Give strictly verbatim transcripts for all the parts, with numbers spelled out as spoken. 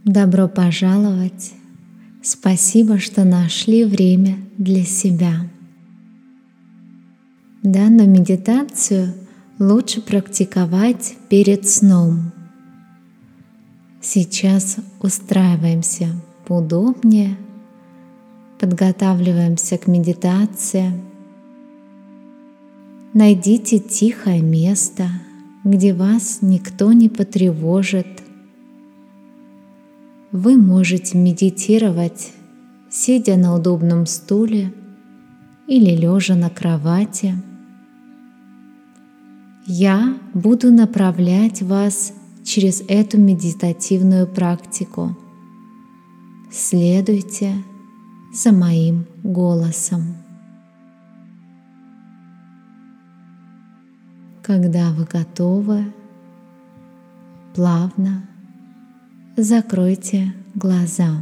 Добро пожаловать! Спасибо, что нашли время для себя. Данную медитацию лучше практиковать перед сном. Сейчас устраиваемся поудобнее, подготавливаемся к медитации. Найдите тихое место, где вас никто не потревожит. Вы можете медитировать, сидя на удобном стуле или лежа на кровати. Я буду направлять вас через эту медитативную практику. Следуйте за моим голосом. Когда вы готовы, плавно закройте глаза.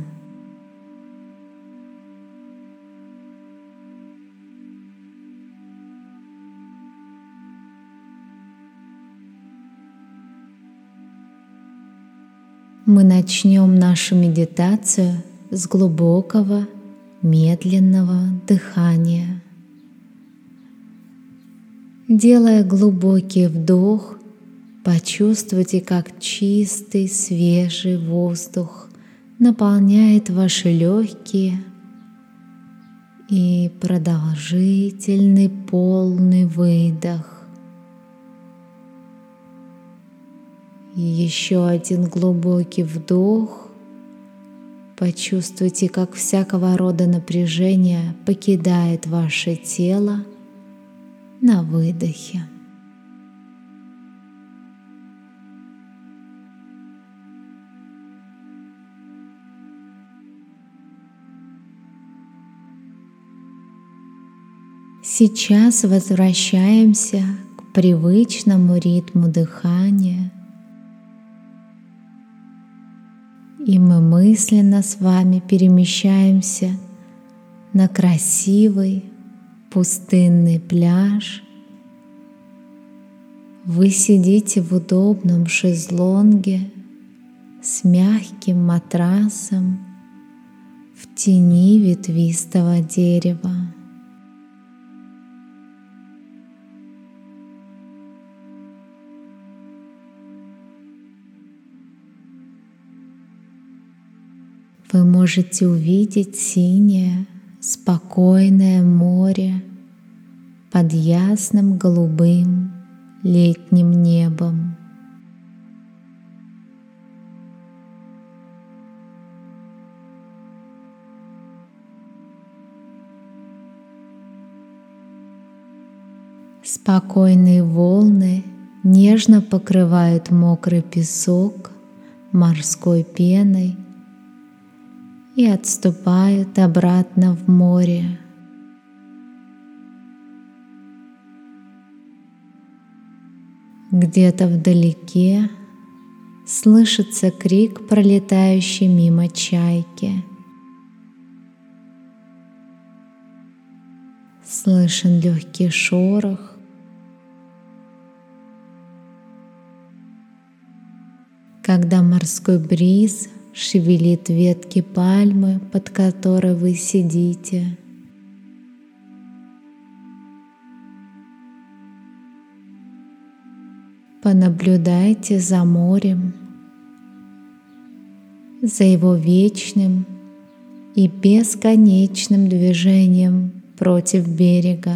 Мы начнем нашу медитацию с глубокого, медленного дыхания. Делая глубокий вдох, почувствуйте, как чистый, свежий воздух наполняет ваши легкие, и продолжительный полный выдох. И еще один глубокий вдох. Почувствуйте, как всякого рода напряжение покидает ваше тело на выдохе. Сейчас возвращаемся к привычному ритму дыхания, и мы мысленно с вами перемещаемся на красивый пустынный пляж. Вы сидите в удобном шезлонге с мягким матрасом в тени ветвистого дерева. Вы можете увидеть синее, спокойное море под ясным голубым летним небом. Спокойные волны нежно покрывают мокрый песок морской пеной и отступают обратно в море. Где-то вдалеке слышится крик пролетающей мимо чайки. Слышен легкий шорох. Когда морской бриз шевелит ветки пальмы, под которой вы сидите. Понаблюдайте за морем, за его вечным и бесконечным движением против берега.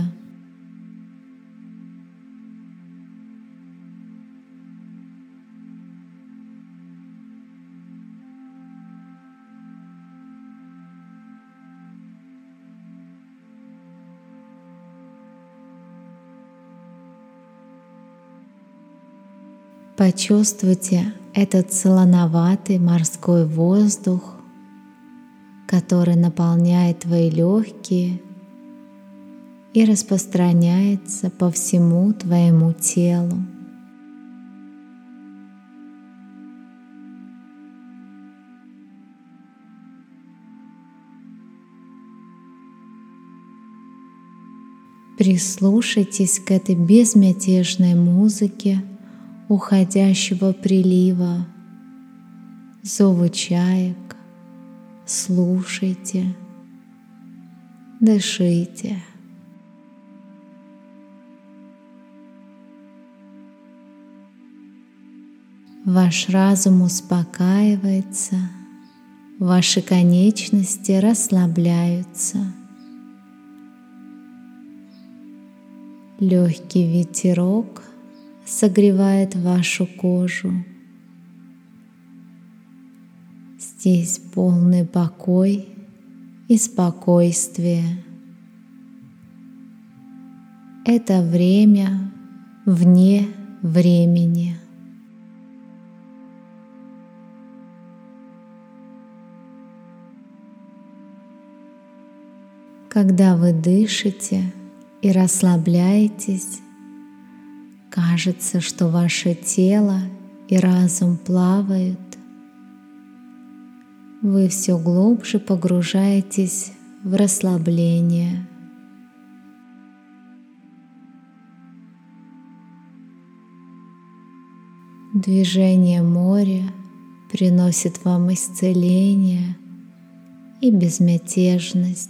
Почувствуйте этот солоноватый морской воздух, который наполняет твои легкие и распространяется по всему твоему телу. Прислушайтесь к этой безмятежной музыке уходящего прилива, зову чаек, слушайте, дышите. Ваш разум успокаивается, ваши конечности расслабляются. Легкий ветерок согревает вашу кожу. Здесь полный покой и спокойствие. Это время вне времени. Когда вы дышите и расслабляетесь, кажется, что ваше тело и разум плавают. Вы все глубже погружаетесь в расслабление. Движение моря приносит вам исцеление и безмятежность.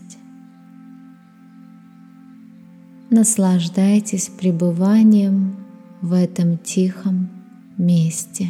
Наслаждайтесь пребыванием в этом тихом месте.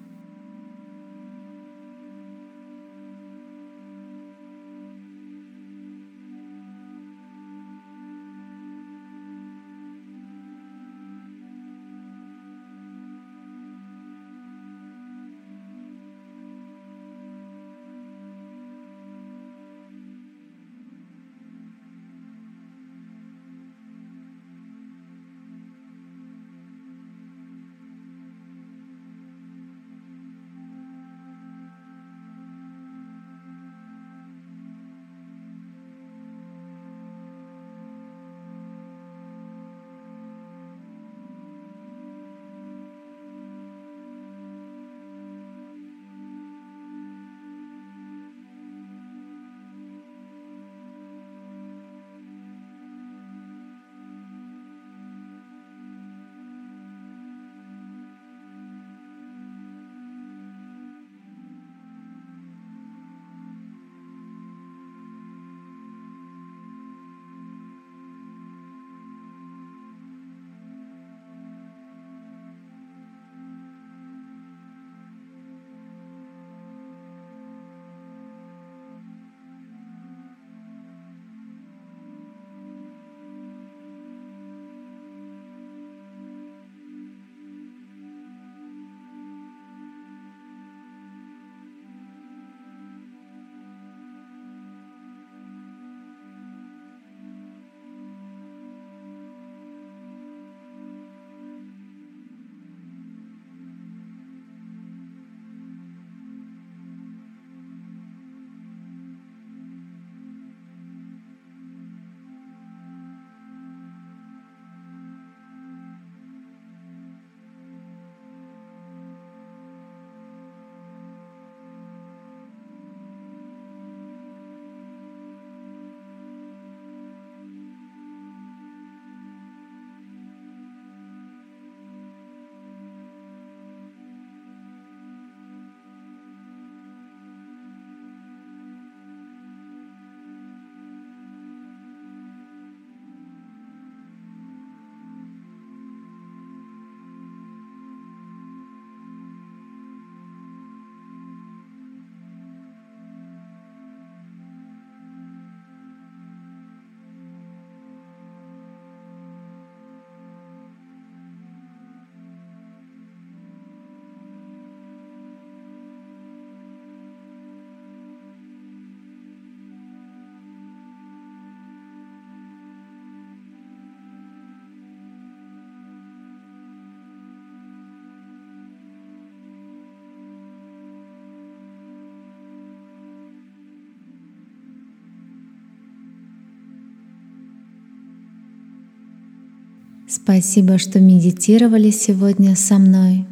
Спасибо, что медитировали сегодня со мной.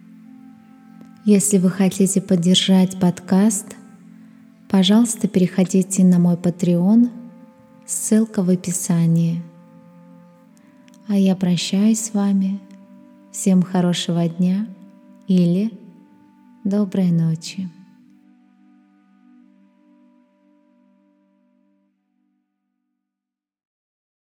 Если вы хотите поддержать подкаст, пожалуйста, переходите на мой Patreon, ссылка в описании. А я прощаюсь с вами. Всем хорошего дня или доброй ночи.